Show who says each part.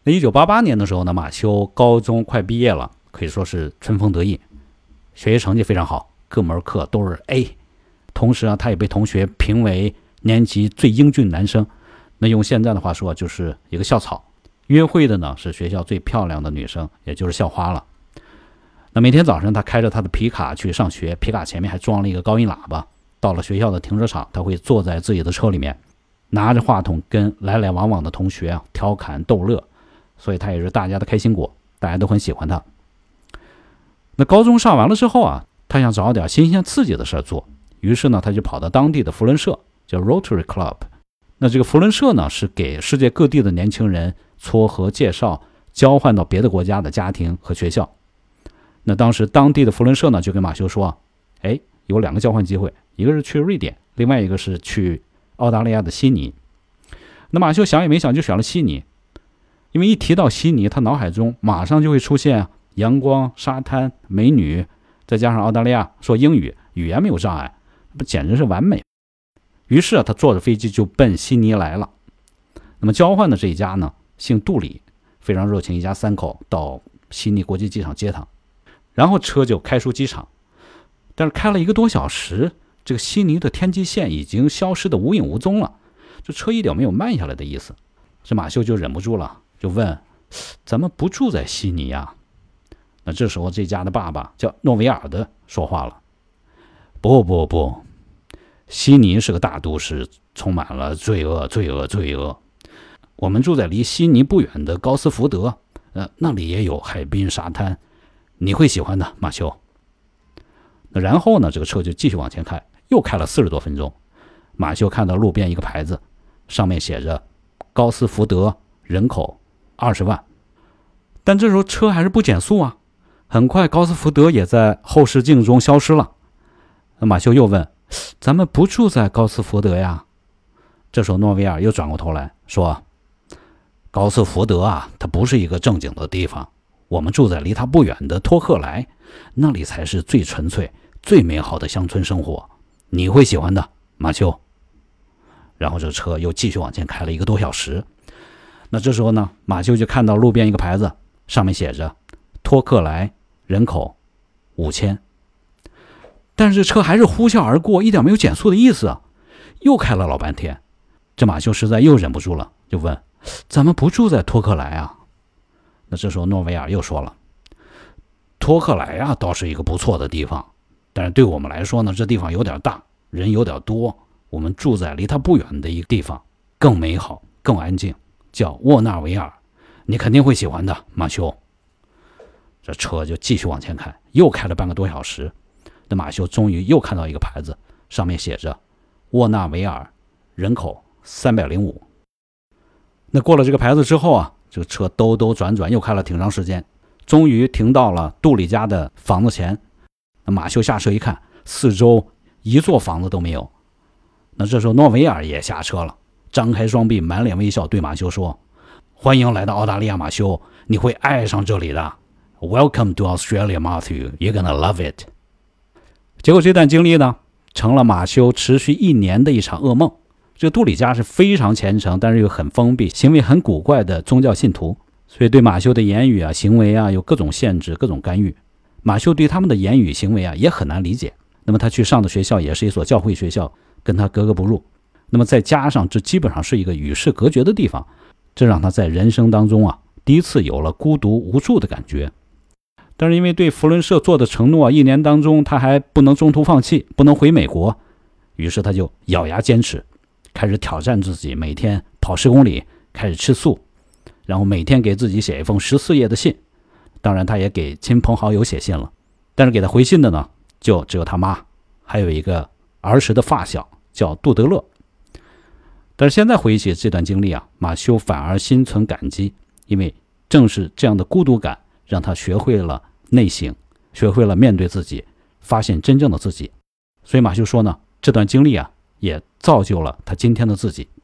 Speaker 1: 那1988年的时候呢，马修高中快毕业了，可以说是春风得意，学习成绩非常好，各门课都是 A。同时啊，他也被同学评为年级最英俊男生。那用现在的话说，就是一个校草。约会的呢是学校最漂亮的女生，也就是校花了。那每天早上他开着他的皮卡去上学，皮卡前面还装了一个高音喇叭。到了学校的停车场，他会坐在自己的车里面，拿着话筒跟来来往往的同学调侃逗乐，所以他也是大家的开心果，大家都很喜欢他。那高中上完了之后啊，他想找点新鲜刺激的事做，于是呢，他就跑到当地的扶轮社，叫 Rotary Club。那这个扶轮社呢，是给世界各地的年轻人撮合介绍，交换到别的国家的家庭和学校。那当时当地的扶轮社呢，就跟马修说，有2个交换机会，一个是去瑞典，另外一个是去澳大利亚的悉尼。那马修想也没想就选了悉尼，因为一提到悉尼，他脑海中马上就会出现阳光、沙滩、美女，再加上澳大利亚说英语，语言没有障碍，不简直是完美。于是他坐着飞机就奔悉尼来了。那么交换的这一家呢，姓杜里，非常热情，一家3口到悉尼国际机场接他，然后车就开出机场。但是开了1个多小时，这个悉尼的天际线已经消失得无影无踪了，这车一点没有慢下来的意思。这马修就忍不住了，就问，咱们不住在悉尼呀？那这时候这家的爸爸叫诺维尔的说话了，不，悉尼是个大都市，充满了罪恶。我们住在离悉尼不远的高斯福德，那里也有海滨沙滩，你会喜欢的，马修。那然后呢，这个车就继续往前开，又开了40多分钟。马修看到路边一个牌子，上面写着高斯福德人口20万。但这时候车还是不减速啊，很快高斯福德也在后视镜中消失了。那马修又问，咱们不住在高斯福德呀？这时候诺维尔又转过头来说，高斯福德啊，它不是一个正经的地方，我们住在离它不远的托克莱，那里才是最纯粹最美好的乡村生活，你会喜欢的，马修。然后这车又继续往前开了1个多小时。那这时候呢，马修就看到路边一个牌子，上面写着托克莱人口5000。但是这车还是呼啸而过，一点没有减速的意思啊！又开了老半天，这马修实在又忍不住了，就问，咱们不住在托克莱啊？那这时候诺维尔又说了，托克莱啊倒是一个不错的地方，但是对我们来说呢，这地方有点大，人有点多，我们住在离它不远的一个地方，更美好更安静，叫沃纳维尔，你肯定会喜欢的，马修。这车就继续往前开，又开了半个多小时。那马修终于又看到一个牌子，上面写着沃纳维尔人口305。那过了这个牌子之后啊，这个车兜兜转转又开了挺长时间，终于停到了杜里家的房子前。那马修下车一看，四周一座房子都没有。那这时候诺维尔也下车了，张开双臂，满脸微笑，对马修说，欢迎来到澳大利亚，马修，你会爱上这里的。Welcome to Australia, Matthew. You're gonna love it. 结果这段经历呢，成了马修持续1年的一场噩梦。这个杜里家是非常虔诚，但是又很封闭，行为很古怪的宗教信徒，所以对马修的言语啊、行为啊有各种限制、各种干预。马修对他们的言语行为啊也很难理解。那么他去上的学校也是一所教会学校，跟他格格不入。那么再加上这基本上是一个与世隔绝的地方，这让他在人生当中啊第一次有了孤独无助的感觉。但是因为对扶轮社做的承诺，1年当中他还不能中途放弃，不能回美国，于是他就咬牙坚持，开始挑战自己，每天跑10公里，开始吃素，然后每天给自己写一封14页的信。当然他也给亲朋好友写信了，但是给他回信的呢就只有他妈，还有一个儿时的发小叫杜德勒。但是现在回忆起这段经历啊，马修反而心存感激，因为正是这样的孤独感让他学会了内省，学会了面对自己，发现真正的自己。所以马修说呢，这段经历啊也造就了他今天的自己。